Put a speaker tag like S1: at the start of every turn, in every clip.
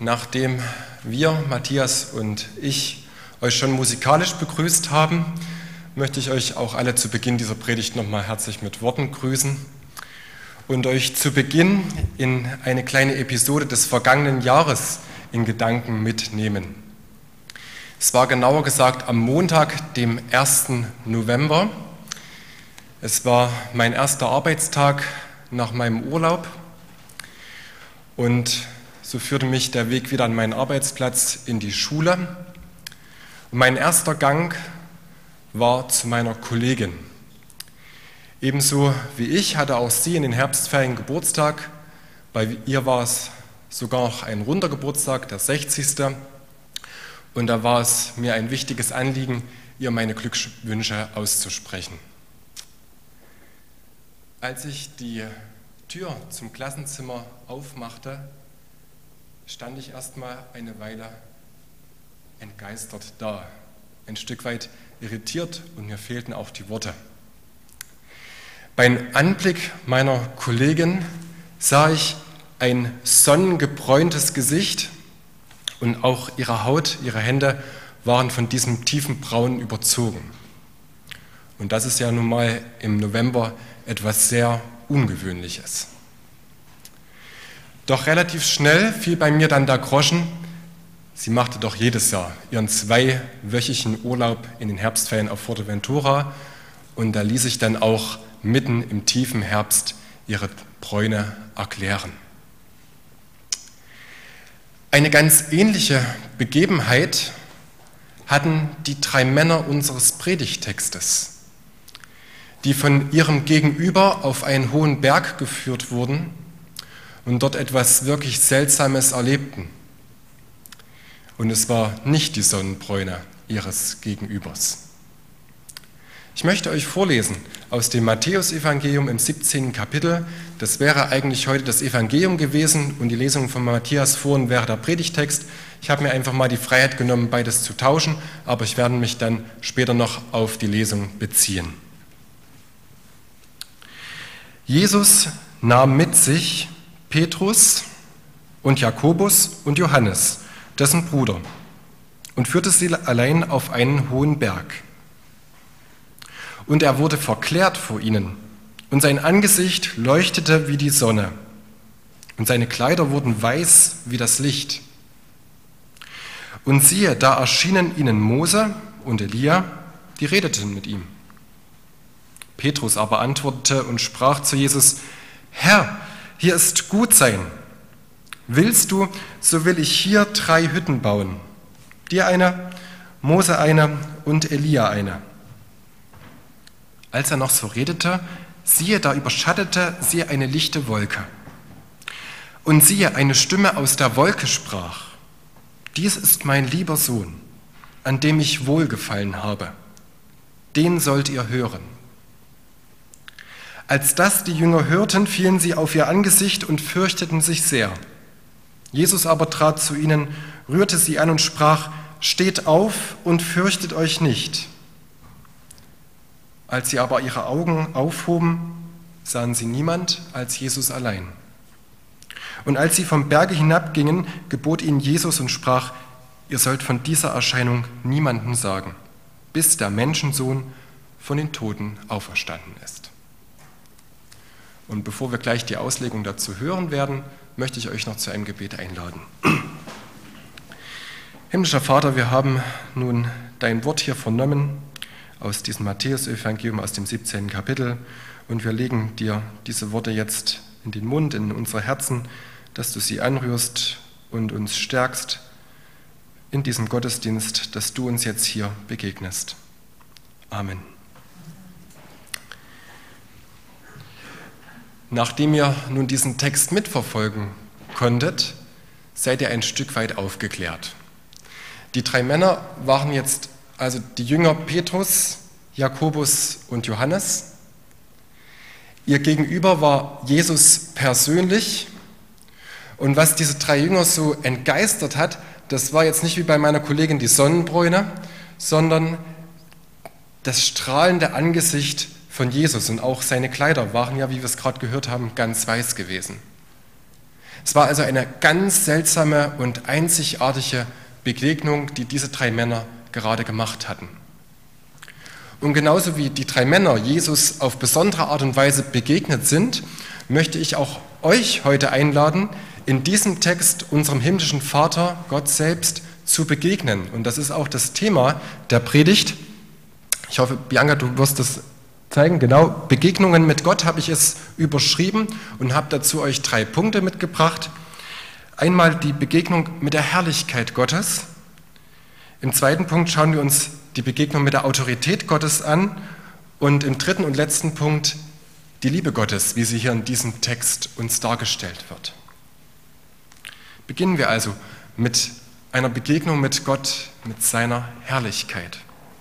S1: Nachdem wir, Matthias und ich, euch schon musikalisch begrüßt haben, möchte ich euch auch alle zu Beginn dieser Predigt nochmal herzlich mit Worten grüßen und euch zu Beginn in eine kleine Episode des vergangenen Jahres in Gedanken mitnehmen. Es war genauer gesagt am Montag, dem 1. November. Es war mein erster Arbeitstag nach meinem Urlaub und so führte mich der Weg wieder an meinen Arbeitsplatz in die Schule. Und mein erster Gang war zu meiner Kollegin. Ebenso wie ich hatte auch sie in den Herbstferien Geburtstag. Bei ihr war es sogar noch ein runder Geburtstag, der 60. Und da war es mir ein wichtiges Anliegen, ihr meine Glückwünsche auszusprechen. Als ich die Tür zum Klassenzimmer aufmachte, stand ich erstmal eine Weile entgeistert da, ein Stück weit irritiert und mir fehlten auch die Worte. Beim Anblick meiner Kollegin sah ich ein sonnengebräuntes Gesicht und auch ihre Haut, ihre Hände waren von diesem tiefen Braun überzogen. Und das ist ja nun mal im November etwas sehr Ungewöhnliches. Doch relativ schnell fiel bei mir dann der Groschen, sie machte doch jedes Jahr ihren 2-wöchigen Urlaub in den Herbstferien auf Fuerteventura und da ließ sich dann auch mitten im tiefen Herbst ihre Bräune erklären. Eine ganz ähnliche Begebenheit hatten die 3 Männer unseres Predigttextes, die von ihrem Gegenüber auf einen hohen Berg geführt wurden und dort etwas wirklich Seltsames erlebten. Und es war nicht die Sonnenbräune ihres Gegenübers. Ich möchte euch vorlesen aus dem Matthäusevangelium im 17. Kapitel. Das wäre eigentlich heute das Evangelium gewesen und die Lesung von Matthias vorhin wäre der Predigtext. Ich habe mir einfach mal die Freiheit genommen, beides zu tauschen, aber ich werde mich dann später noch auf die Lesung beziehen. Jesus nahm mit sich Petrus und Jakobus und Johannes, dessen Bruder, und führte sie allein auf einen hohen Berg. Und er wurde verklärt vor ihnen, und sein Angesicht leuchtete wie die Sonne, und seine Kleider wurden weiß wie das Licht. Und siehe, da erschienen ihnen Mose und Elia, die redeten mit ihm. Petrus aber antwortete und sprach zu Jesus: Herr, hier ist gut sein. Willst du, so will ich hier 3 Hütten bauen. Dir eine, Mose eine und Elia eine. Als er noch so redete, siehe, da überschattete sie eine lichte Wolke. Und siehe, eine Stimme aus der Wolke sprach: Dies ist mein lieber Sohn, an dem ich wohlgefallen habe. Den sollt ihr hören. Als das die Jünger hörten, fielen sie auf ihr Angesicht und fürchteten sich sehr. Jesus aber trat zu ihnen, rührte sie an und sprach: Steht auf und fürchtet euch nicht. Als sie aber ihre Augen aufhoben, sahen sie niemand als Jesus allein. Und als sie vom Berge hinabgingen, gebot ihnen Jesus und sprach: Ihr sollt von dieser Erscheinung niemandem sagen, bis der Menschensohn von den Toten auferstanden ist. Und bevor wir gleich die Auslegung dazu hören werden, möchte ich euch noch zu einem Gebet einladen. Himmlischer Vater, wir haben nun dein Wort hier vernommen aus diesem Matthäusevangelium, aus dem 17. Kapitel, und wir legen dir diese Worte jetzt in den Mund, in unsere Herzen, dass du sie anrührst und uns stärkst in diesem Gottesdienst, dass du uns jetzt hier begegnest. Amen. Nachdem ihr nun diesen Text mitverfolgen konntet, seid ihr ein Stück weit aufgeklärt. Die 3 Männer waren jetzt also die Jünger Petrus, Jakobus und Johannes. Ihr Gegenüber war Jesus persönlich. Und was diese 3 Jünger so entgeistert hat, das war jetzt nicht wie bei meiner Kollegin die Sonnenbräune, sondern das strahlende Angesicht von Jesus. Und auch seine Kleider waren ja, wie wir es gerade gehört haben, ganz weiß gewesen. Es war also eine ganz seltsame und einzigartige Begegnung, die diese drei Männer gerade gemacht hatten. Und genauso wie die drei Männer Jesus auf besondere Art und Weise begegnet sind, möchte ich auch euch heute einladen, in diesem Text unserem himmlischen Vater, Gott selbst, zu begegnen. Und das ist auch das Thema der Predigt. Ich hoffe, Bianca, du wirst das zeigen. Genau, Begegnungen mit Gott habe ich es überschrieben und habe dazu euch 3 Punkte mitgebracht. Einmal die Begegnung mit der Herrlichkeit Gottes. Im zweiten Punkt schauen wir uns die Begegnung mit der Autorität Gottes an. Und im dritten und letzten Punkt die Liebe Gottes, wie sie hier in diesem Text uns dargestellt wird. Beginnen wir also mit einer Begegnung mit Gott, mit seiner Herrlichkeit.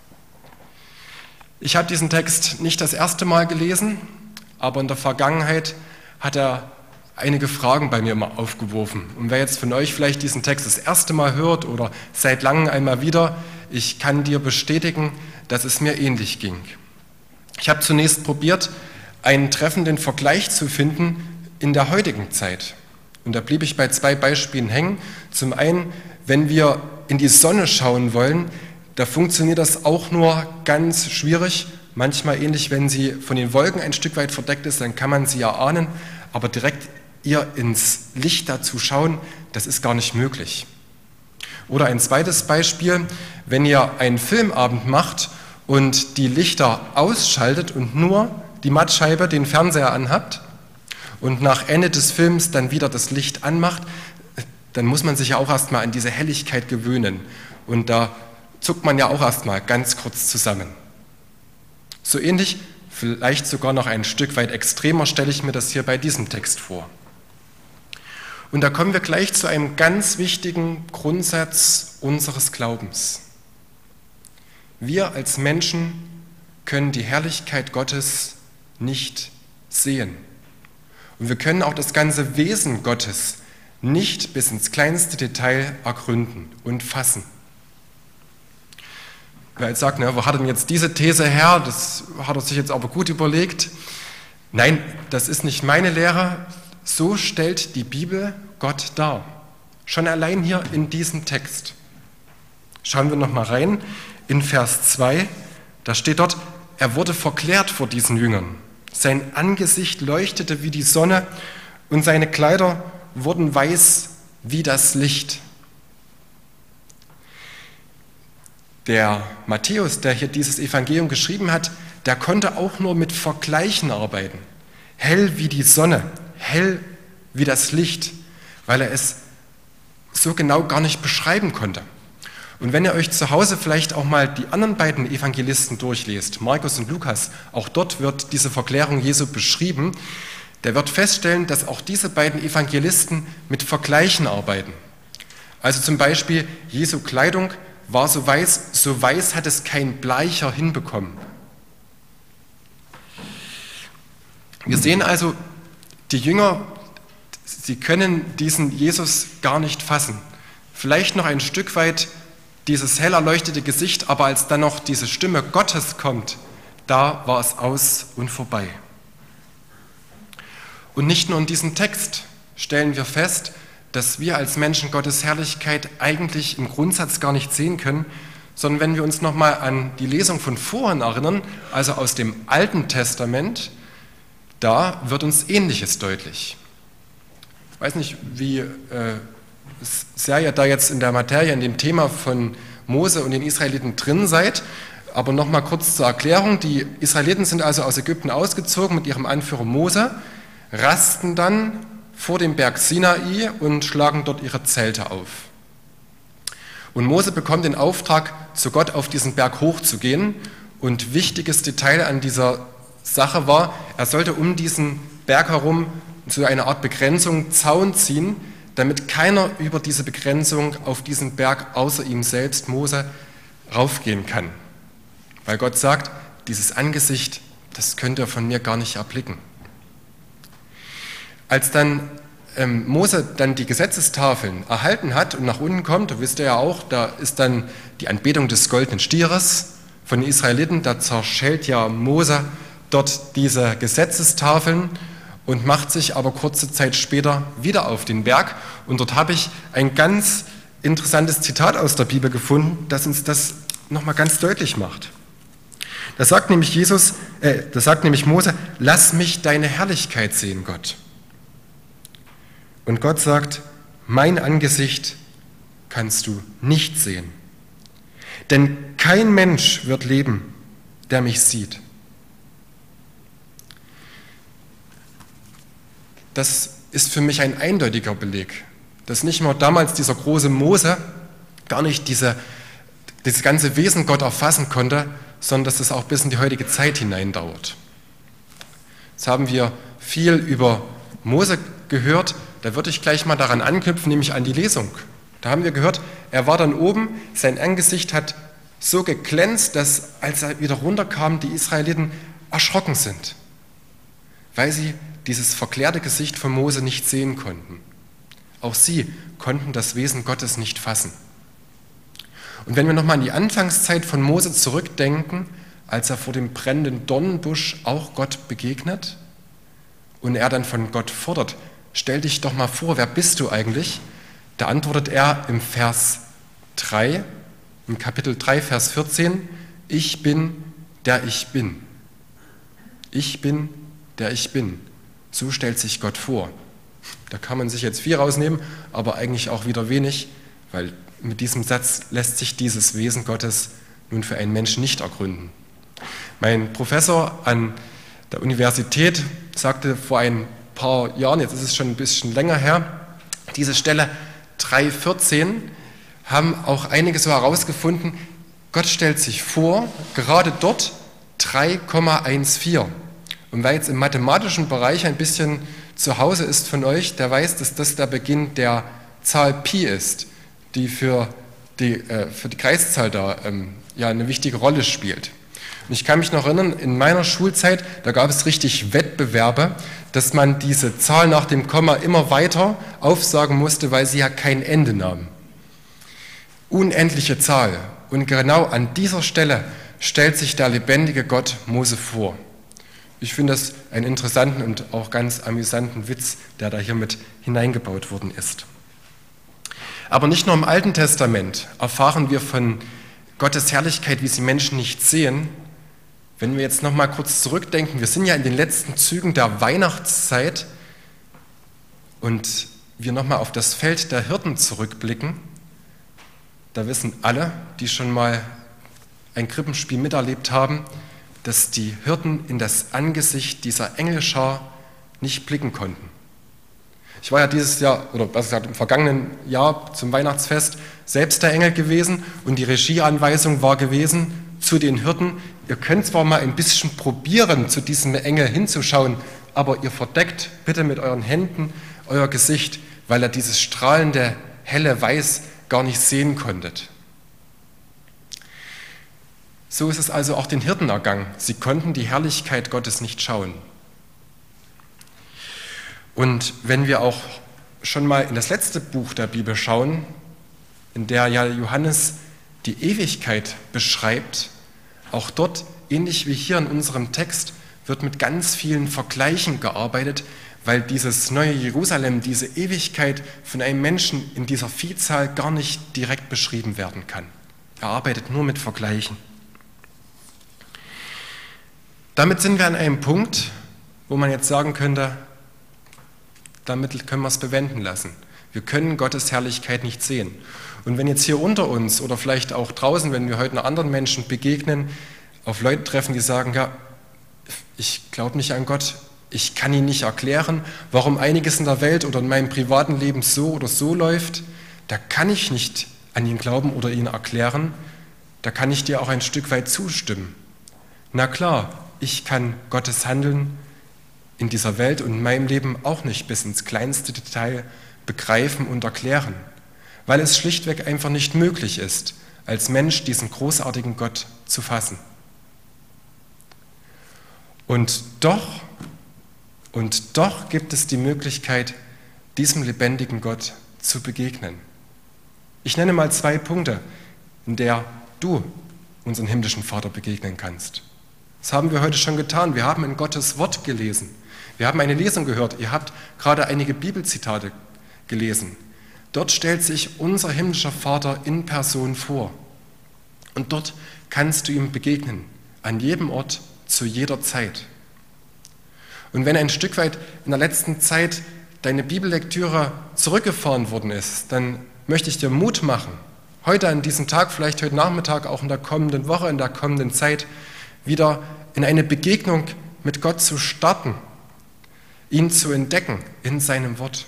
S1: Ich habe diesen Text nicht das erste Mal gelesen, aber in der Vergangenheit hat er einige Fragen bei mir immer aufgeworfen. Und wer jetzt von euch vielleicht diesen Text das erste Mal hört oder seit langem einmal wieder, ich kann dir bestätigen, dass es mir ähnlich ging. Ich habe zunächst probiert, einen treffenden Vergleich zu finden in der heutigen Zeit. Und da blieb ich bei 2 Beispielen hängen. Zum einen, wenn wir in die Sonne schauen wollen, da funktioniert das auch nur ganz schwierig. Manchmal ähnlich, wenn sie von den Wolken ein Stück weit verdeckt ist, dann kann man sie erahnen. Aber direkt ihr ins Licht dazu schauen, das ist gar nicht möglich. Oder ein zweites Beispiel, wenn ihr einen Filmabend macht und die Lichter ausschaltet und nur die Mattscheibe, den Fernseher anhabt und nach Ende des Films dann wieder das Licht anmacht, dann muss man sich ja auch erstmal an diese Helligkeit gewöhnen. Und da zuckt man ja auch erstmal ganz kurz zusammen. So ähnlich, vielleicht sogar noch ein Stück weit extremer, stelle ich mir das hier bei diesem Text vor. Und da kommen wir gleich zu einem ganz wichtigen Grundsatz unseres Glaubens. Wir als Menschen können die Herrlichkeit Gottes nicht sehen. Und wir können auch das ganze Wesen Gottes nicht bis ins kleinste Detail ergründen und fassen. Wer jetzt sagt, wo hat denn jetzt diese These her, das hat er sich jetzt aber gut überlegt. Nein, das ist nicht meine Lehre, so stellt die Bibel Gott dar. Schon allein hier in diesem Text. Schauen wir nochmal rein in Vers 2, da steht dort, er wurde verklärt vor diesen Jüngern. Sein Angesicht leuchtete wie die Sonne und seine Kleider wurden weiß wie das Licht. Der Matthäus, der hier dieses Evangelium geschrieben hat, der konnte auch nur mit Vergleichen arbeiten. Hell wie die Sonne, hell wie das Licht, weil er es so genau gar nicht beschreiben konnte. Und wenn ihr euch zu Hause vielleicht auch mal die anderen beiden Evangelisten durchlest, Markus und Lukas, auch dort wird diese Verklärung Jesu beschrieben, der wird feststellen, dass auch diese beiden Evangelisten mit Vergleichen arbeiten. Also zum Beispiel, Jesu Kleidung war so weiß hat es kein Bleicher hinbekommen. Wir sehen also, die Jünger, sie können diesen Jesus gar nicht fassen. Vielleicht noch ein Stück weit dieses hell erleuchtete Gesicht, aber als dann noch diese Stimme Gottes kommt, da war es aus und vorbei. Und nicht nur in diesem Text stellen wir fest, dass wir als Menschen Gottes Herrlichkeit eigentlich im Grundsatz gar nicht sehen können, sondern wenn wir uns nochmal an die Lesung von vorhin erinnern, also aus dem Alten Testament, da wird uns Ähnliches deutlich. Ich weiß nicht, wie sehr ihr da jetzt in der Materie, in dem Thema von Mose und den Israeliten drin seid, aber nochmal kurz zur Erklärung. Die Israeliten sind also aus Ägypten ausgezogen mit ihrem Anführer Mose, rasten dann vor dem Berg Sinai und schlagen dort ihre Zelte auf. Und Mose bekommt den Auftrag, zu Gott auf diesen Berg hochzugehen. Und wichtiges Detail an dieser Sache war, er sollte um diesen Berg herum so eine Art Begrenzung, Zaun ziehen, damit keiner über diese Begrenzung auf diesen Berg außer ihm selbst, Mose, raufgehen kann. Weil Gott sagt, dieses Angesicht, das könnt ihr von mir gar nicht erblicken. Als dann Mose dann die Gesetzestafeln erhalten hat und nach unten kommt, da wisst ihr ja auch, da ist dann die Anbetung des goldenen Stieres von den Israeliten, da zerschellt ja Mose dort diese Gesetzestafeln und macht sich aber kurze Zeit später wieder auf den Berg. Und dort habe ich ein ganz interessantes Zitat aus der Bibel gefunden, das uns das nochmal ganz deutlich macht. Da sagt nämlich Mose, lass mich deine Herrlichkeit sehen, Gott. Und Gott sagt, mein Angesicht kannst du nicht sehen. Denn kein Mensch wird leben, der mich sieht. Das ist für mich ein eindeutiger Beleg, dass nicht nur damals dieser große Mose gar nicht dieses ganze Wesen Gott erfassen konnte, sondern dass es auch bis in die heutige Zeit hinein dauert. Jetzt haben wir viel über Mose gehört, da würde ich gleich mal daran anknüpfen, nämlich an die Lesung. Da haben wir gehört, er war dann oben, sein Angesicht hat so geglänzt, dass als er wieder runterkam, die Israeliten erschrocken sind, weil sie dieses verklärte Gesicht von Mose nicht sehen konnten. Auch sie konnten das Wesen Gottes nicht fassen. Und wenn wir nochmal an die Anfangszeit von Mose zurückdenken, als er vor dem brennenden Dornenbusch auch Gott begegnet und er dann von Gott fordert, stell dich doch mal vor, wer bist du eigentlich? Da antwortet er im Vers 3, im Kapitel 3, Vers 14, ich bin, der ich bin. Ich bin, der ich bin. So stellt sich Gott vor. Da kann man sich jetzt viel rausnehmen, aber eigentlich auch wieder wenig, weil mit diesem Satz lässt sich dieses Wesen Gottes nun für einen Menschen nicht ergründen. Mein Professor an der Universität sagte vor ein paar Jahren, jetzt ist es schon ein bisschen länger her, diese Stelle 3,14 haben auch einige so herausgefunden, Gott stellt sich vor, gerade dort 3,14. Und wer jetzt im mathematischen Bereich ein bisschen zu Hause ist von euch, der weiß, dass das der Beginn der Zahl Pi ist, die für die Kreiszahl da eine wichtige Rolle spielt. Und ich kann mich noch erinnern, in meiner Schulzeit, da gab es richtig Wettbewerbe, dass man diese Zahl nach dem Komma immer weiter aufsagen musste, weil sie ja kein Ende nahm. Unendliche Zahl. Und genau an dieser Stelle stellt sich der lebendige Gott Mose vor. Ich finde das einen interessanten und auch ganz amüsanten Witz, der da hier mit hineingebaut worden ist. Aber nicht nur im Alten Testament erfahren wir von Gottes Herrlichkeit, wie sie Menschen nicht sehen. Wenn wir jetzt noch mal kurz zurückdenken, wir sind ja in den letzten Zügen der Weihnachtszeit und wir noch mal auf das Feld der Hirten zurückblicken, da wissen alle, die schon mal ein Krippenspiel miterlebt haben, dass die Hirten in das Angesicht dieser Engelschar nicht blicken konnten. Ich war ja dieses Jahr, oder besser gesagt im vergangenen Jahr zum Weihnachtsfest selbst der Engel gewesen und die Regieanweisung war gewesen zu den Hirten, ihr könnt zwar mal ein bisschen probieren, zu diesem Engel hinzuschauen, aber ihr verdeckt bitte mit euren Händen euer Gesicht, weil ihr dieses strahlende, helle Weiß gar nicht sehen konntet. So ist es also auch den Hirten ergangen. Sie konnten die Herrlichkeit Gottes nicht schauen. Und wenn wir auch schon mal in das letzte Buch der Bibel schauen, in der ja Johannes die Ewigkeit beschreibt, auch dort, ähnlich wie hier in unserem Text, wird mit ganz vielen Vergleichen gearbeitet, weil dieses neue Jerusalem, diese Ewigkeit von einem Menschen in dieser Vielzahl gar nicht direkt beschrieben werden kann. Er arbeitet nur mit Vergleichen. Damit sind wir an einem Punkt, wo man jetzt sagen könnte, damit können wir es bewenden lassen. Wir können Gottes Herrlichkeit nicht sehen. Und wenn jetzt hier unter uns oder vielleicht auch draußen, wenn wir heute noch anderen Menschen begegnen, auf Leute treffen, die sagen, ja, ich glaube nicht an Gott, ich kann ihn nicht erklären, warum einiges in der Welt oder in meinem privaten Leben so oder so läuft, da kann ich nicht an ihn glauben oder ihn erklären, da kann ich dir auch ein Stück weit zustimmen. Na klar, ich kann Gottes Handeln in dieser Welt und in meinem Leben auch nicht bis ins kleinste Detail begreifen und erklären, weil es schlichtweg einfach nicht möglich ist, als Mensch diesen großartigen Gott zu fassen. Und doch gibt es die Möglichkeit, diesem lebendigen Gott zu begegnen. Ich nenne mal 2 Punkte, in der du unseren himmlischen Vater begegnen kannst. Das haben wir heute schon getan. Wir haben in Gottes Wort gelesen. Wir haben eine Lesung gehört, ihr habt gerade einige Bibelzitate gelesen. Dort stellt sich unser himmlischer Vater in Person vor. Und dort kannst du ihm begegnen, an jedem Ort, zu jeder Zeit. Und wenn ein Stück weit in der letzten Zeit deine Bibellektüre zurückgefahren worden ist, dann möchte ich dir Mut machen, heute an diesem Tag, vielleicht heute Nachmittag, auch in der kommenden Woche, in der kommenden Zeit, wieder in eine Begegnung mit Gott zu starten, ihn zu entdecken in seinem Wort.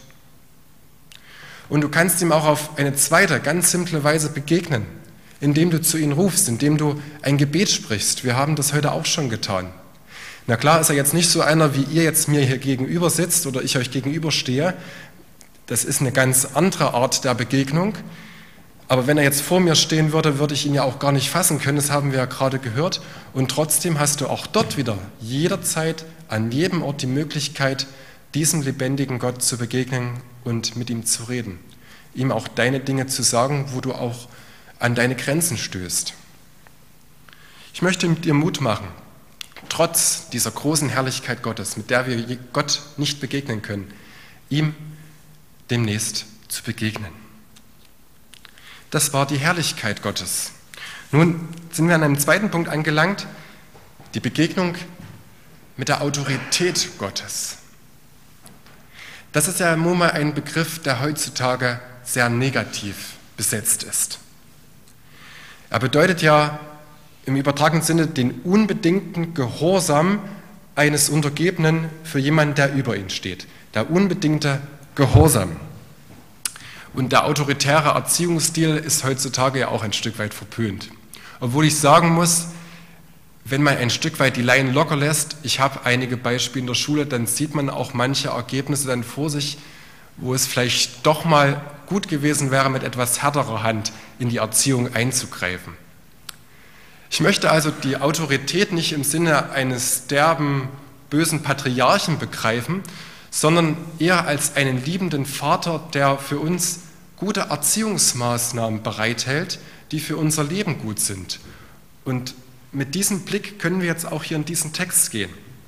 S1: Und du kannst ihm auch auf eine zweite, ganz simple Weise begegnen, indem du zu ihm rufst, indem du ein Gebet sprichst. Wir haben das heute auch schon getan. Na klar ist er jetzt nicht so einer, wie ihr jetzt mir hier gegenüber sitzt oder ich euch gegenüberstehe. Das ist eine ganz andere Art der Begegnung. Aber wenn er jetzt vor mir stehen würde, würde ich ihn ja auch gar nicht fassen können. Das haben wir ja gerade gehört. Und trotzdem hast du auch dort wieder jederzeit an jedem Ort die Möglichkeit, diesem lebendigen Gott zu begegnen und mit ihm zu reden. Ihm auch deine Dinge zu sagen, wo du auch an deine Grenzen stößt. Ich möchte dir Mut machen, trotz dieser großen Herrlichkeit Gottes, mit der wir Gott nicht begegnen können, ihm demnächst zu begegnen. Das war die Herrlichkeit Gottes. Nun sind wir an einem zweiten Punkt angelangt, die Begegnung mit der Autorität Gottes. Das ist ja nun mal ein Begriff, der heutzutage sehr negativ besetzt ist. Er bedeutet ja im übertragenen Sinne den unbedingten Gehorsam eines Untergebenen für jemanden, der über ihn steht. Der unbedingte Gehorsam. Und der autoritäre Erziehungsstil ist heutzutage ja auch ein Stück weit verpönt. Obwohl ich sagen muss, wenn man ein Stück weit die Leinen locker lässt, ich habe einige Beispiele in der Schule, dann sieht man auch manche Ergebnisse dann vor sich, wo es vielleicht doch mal gut gewesen wäre, mit etwas härterer Hand in die Erziehung einzugreifen. Ich möchte also die Autorität nicht im Sinne eines derben, bösen Patriarchen begreifen, sondern eher als einen liebenden Vater, der für uns gute Erziehungsmaßnahmen bereithält, die für unser Leben gut sind. Und mit diesem Blick können wir jetzt auch hier in diesen Text gehen.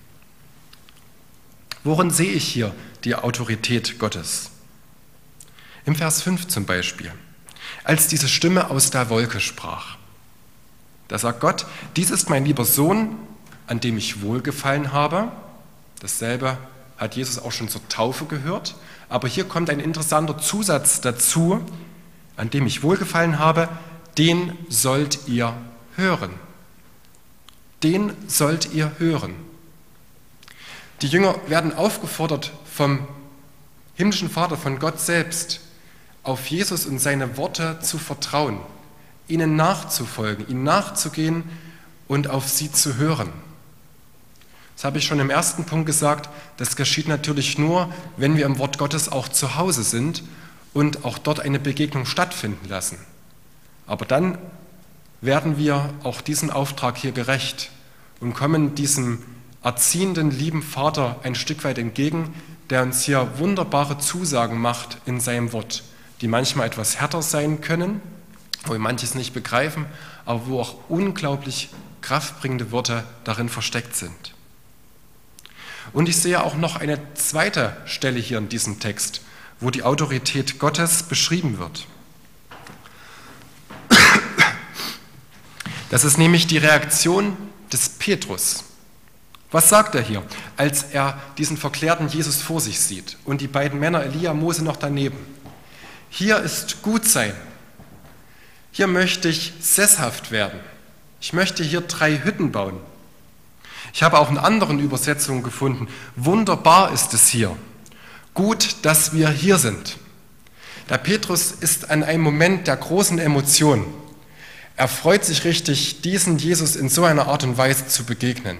S1: Worin sehe ich hier die Autorität Gottes? Im Vers 5 zum Beispiel. Als diese Stimme aus der Wolke sprach. Da sagt Gott, dies ist mein lieber Sohn, an dem ich wohlgefallen habe. Dasselbe hat Jesus auch schon zur Taufe gehört. Aber hier kommt ein interessanter Zusatz dazu, an dem ich wohlgefallen habe, den sollt ihr hören. Den sollt ihr hören. Die Jünger werden aufgefordert vom himmlischen Vater, von Gott selbst, auf Jesus und seine Worte zu vertrauen, ihnen nachzufolgen, ihnen nachzugehen und auf sie zu hören. Das habe ich schon im ersten Punkt gesagt, das geschieht natürlich nur, wenn wir im Wort Gottes auch zu Hause sind und auch dort eine Begegnung stattfinden lassen. Aber dann werden wir auch diesem Auftrag hier gerecht und kommen diesem erziehenden, lieben Vater ein Stück weit entgegen, der uns hier wunderbare Zusagen macht in seinem Wort, die manchmal etwas härter sein können, wo wir manches nicht begreifen, aber wo auch unglaublich kraftbringende Worte darin versteckt sind. Und ich sehe auch noch eine zweite Stelle hier in diesem Text, wo die Autorität Gottes beschrieben wird. Das ist nämlich die Reaktion des Petrus. Was sagt er hier, als er diesen verklärten Jesus vor sich sieht und die beiden Männer Elia, Mose noch daneben? Hier ist Gutsein. Hier möchte ich sesshaft werden. Ich möchte hier 3 Hütten bauen. Ich habe auch in anderen Übersetzungen gefunden, wunderbar ist es hier. Gut, dass wir hier sind. Der Petrus ist an einem Moment der großen Emotion. Er freut sich richtig, diesen Jesus in so einer Art und Weise zu begegnen.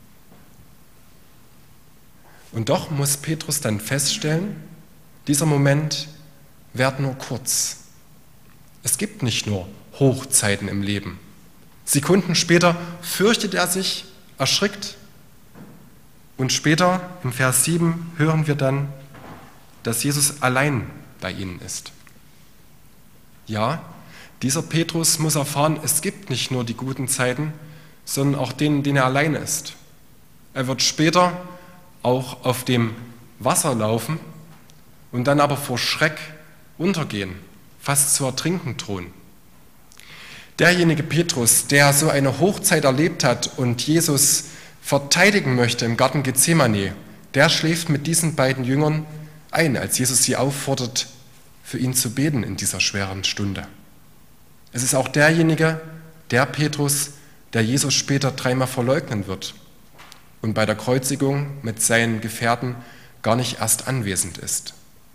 S1: Und doch muss Petrus dann feststellen, dieser Moment währt nur kurz. Es gibt nicht nur Hochzeiten im Leben. Sekunden später fürchtet er sich, erschrickt. Und später, im Vers 7, hören wir dann, dass Jesus allein bei ihnen ist. Ja, dieser Petrus muss erfahren, es gibt nicht nur die guten Zeiten, sondern auch denen, denen er alleine ist. Er wird später auch auf dem Wasser laufen und dann aber vor Schreck untergehen, fast zu ertrinken drohen. Derjenige Petrus, der so eine Hochzeit erlebt hat und Jesus verteidigen möchte im Garten Gethsemane, der schläft mit diesen beiden Jüngern ein, als Jesus sie auffordert, für ihn zu beten in dieser schweren Stunde. Es ist auch derjenige, der Petrus, der Jesus später 3-mal verleugnen wird und bei der Kreuzigung mit seinen Gefährten gar nicht erst anwesend ist.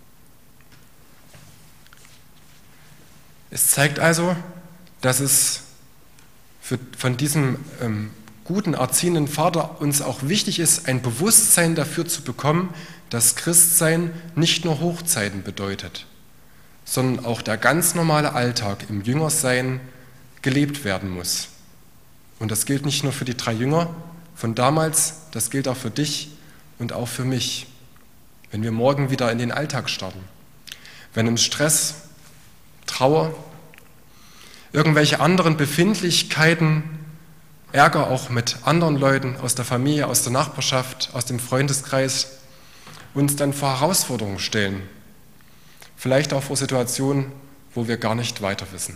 S1: Es zeigt also, dass es von diesem guten, erziehenden Vater uns auch wichtig ist, ein Bewusstsein dafür zu bekommen, dass Christsein nicht nur Hochzeiten bedeutet, sondern auch der ganz normale Alltag im Jüngersein gelebt werden muss. Und das gilt nicht nur für die 3 Jünger von damals, das gilt auch für dich und auch für mich, wenn wir morgen wieder in den Alltag starten. Wenn uns Stress, Trauer, irgendwelche anderen Befindlichkeiten, Ärger auch mit anderen Leuten aus der Familie, aus der Nachbarschaft, aus dem Freundeskreis uns dann vor Herausforderungen stellen. Vielleicht auch vor Situationen, wo wir gar nicht weiter wissen.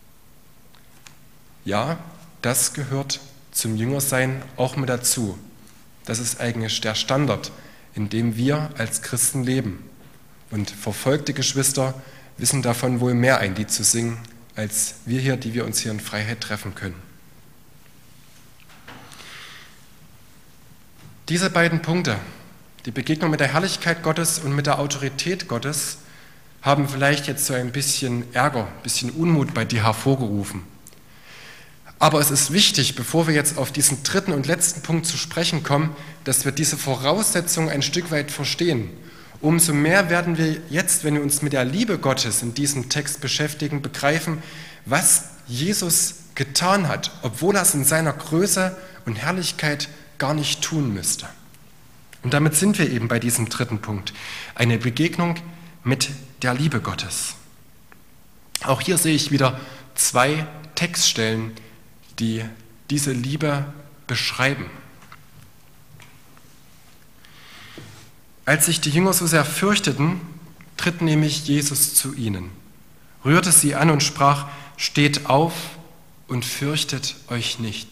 S1: Ja, das gehört zum Jüngersein auch mit dazu. Das ist eigentlich der Standard, in dem wir als Christen leben. Und verfolgte Geschwister wissen davon wohl mehr ein Lied zu singen, als wir hier, die wir uns hier in Freiheit treffen können. Diese beiden Punkte, die Begegnung mit der Herrlichkeit Gottes und mit der Autorität Gottes, haben vielleicht jetzt so ein bisschen Ärger, ein bisschen Unmut bei dir hervorgerufen. Aber es ist wichtig, bevor wir jetzt auf diesen 3. und letzten Punkt zu sprechen kommen, dass wir diese Voraussetzungen ein Stück weit verstehen. Umso mehr werden wir jetzt, wenn wir uns mit der Liebe Gottes in diesem Text beschäftigen, begreifen, was Jesus getan hat, obwohl er es in seiner Größe und Herrlichkeit gar nicht tun müsste. Und damit sind wir eben bei diesem 3. Punkt, eine Begegnung mit der Liebe Gottes. Auch hier sehe ich wieder 2 Textstellen, die diese Liebe beschreiben. Als sich die Jünger so sehr fürchteten, tritt nämlich Jesus zu ihnen, rührte sie an und sprach: Steht auf und fürchtet euch nicht.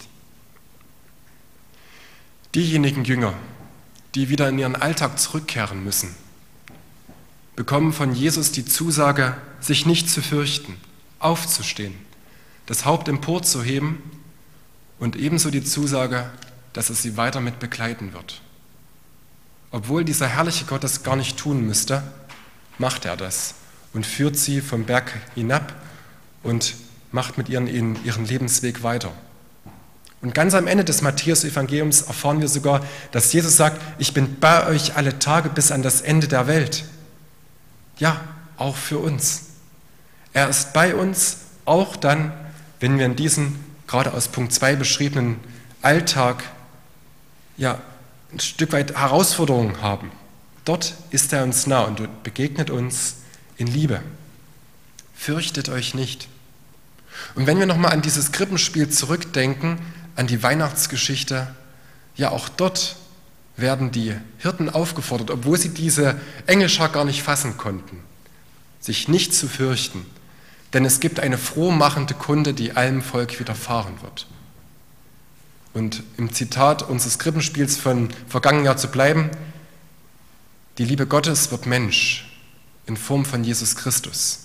S1: Diejenigen Jünger, die wieder in ihren Alltag zurückkehren müssen, bekommen von Jesus die Zusage, sich nicht zu fürchten, aufzustehen, das Haupt emporzuheben und ebenso die Zusage, dass es sie weiter mit begleiten wird. Obwohl dieser herrliche Gott das gar nicht tun müsste, macht er das und führt sie vom Berg hinab und macht mit ihnen ihren Lebensweg weiter. Und ganz am Ende des Matthäus-Evangeliums erfahren wir sogar, dass Jesus sagt: Ich bin bei euch alle Tage bis an das Ende der Welt. Ja, auch für uns. Er ist bei uns, auch dann, wenn wir in diesem, gerade aus Punkt 2 beschriebenen Alltag, ja, ein Stück weit Herausforderungen haben. Dort ist er uns nah und begegnet uns in Liebe. Fürchtet euch nicht. Und wenn wir nochmal an dieses Krippenspiel zurückdenken, an die Weihnachtsgeschichte, ja, auch dort werden die Hirten aufgefordert, obwohl sie diese Engelschar gar nicht fassen konnten, sich nicht zu fürchten, denn es gibt eine frohmachende Kunde, die allem Volk widerfahren wird. Und im Zitat unseres Krippenspiels von vergangenen Jahr zu bleiben: Die Liebe Gottes wird Mensch in Form von Jesus Christus.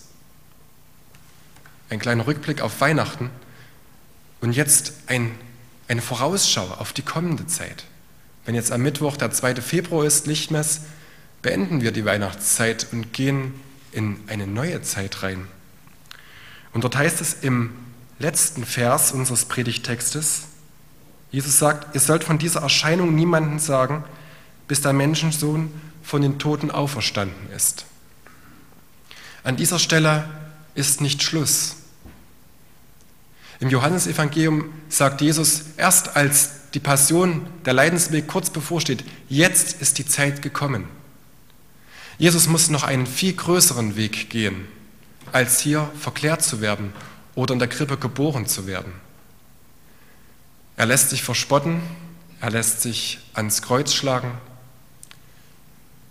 S1: Ein kleiner Rückblick auf Weihnachten und jetzt eine Vorausschau auf die kommende Zeit. Wenn jetzt am Mittwoch der 2. Februar ist, Lichtmess, beenden wir die Weihnachtszeit und gehen in eine neue Zeit rein. Und dort heißt es im letzten Vers unseres Predigttextes, Jesus sagt: Ihr sollt von dieser Erscheinung niemandem sagen, bis der Menschensohn von den Toten auferstanden ist. An dieser Stelle ist nicht Schluss. Im Johannesevangelium sagt Jesus, erst als die Passion, der Leidensweg kurz bevorsteht: Jetzt ist die Zeit gekommen. Jesus muss noch einen viel größeren Weg gehen, als hier verklärt zu werden oder in der Krippe geboren zu werden. Er lässt sich verspotten, er lässt sich ans Kreuz schlagen,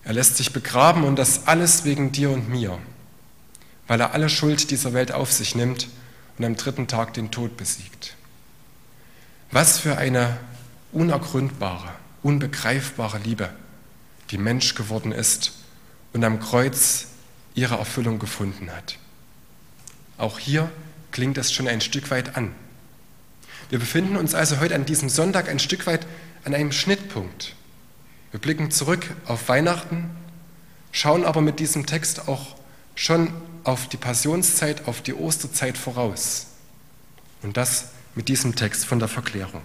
S1: Er lässt sich begraben und das alles wegen dir und mir, weil er alle Schuld dieser Welt auf sich nimmt und am 3. Tag den Tod besiegt. Was für eine unergründbare, unbegreifbare Liebe, die Mensch geworden ist und am Kreuz ihre Erfüllung gefunden hat. Auch hier klingt es schon ein Stück weit an. Wir befinden uns also heute an diesem Sonntag ein Stück weit an einem Schnittpunkt. Wir blicken zurück auf Weihnachten, schauen aber mit diesem Text auch schon auf die Passionszeit, auf die Osterzeit voraus. Und das mit diesem Text von der Verklärung.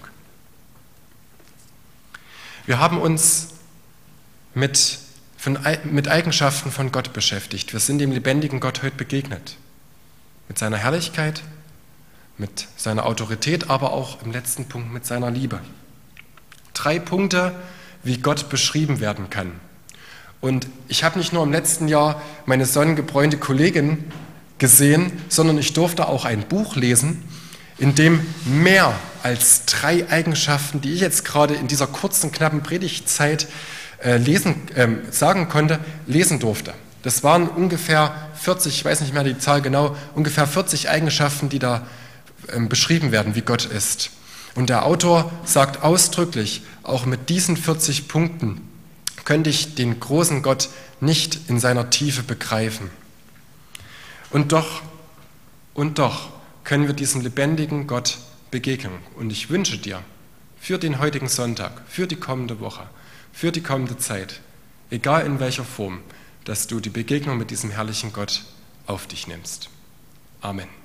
S1: Wir haben uns mit Eigenschaften von Gott beschäftigt. Wir sind dem lebendigen Gott heute begegnet. Mit seiner Herrlichkeit, mit seiner Autorität, aber auch im letzten Punkt mit seiner Liebe. 3 Punkte, wie Gott beschrieben werden kann. Und ich habe nicht nur im letzten Jahr meine sonnengebräunte Kollegin gesehen, sondern ich durfte auch ein Buch lesen, in dem mehr als 3 Eigenschaften, die ich jetzt gerade in dieser kurzen, knappen Predigtzeit sagen konnte, lesen durfte. Das waren ungefähr 40, ich weiß nicht mehr die Zahl genau, ungefähr 40 Eigenschaften, die da beschrieben werden, wie Gott ist. Und der Autor sagt ausdrücklich, auch mit diesen 40 Punkten könnte ich den großen Gott nicht in seiner Tiefe begreifen. Und doch können wir diesem lebendigen Gott begegnen. Und ich wünsche dir für den heutigen Sonntag, für die kommende Woche, für die kommende Zeit, egal in welcher Form, dass du die Begegnung mit diesem herrlichen Gott auf dich nimmst. Amen.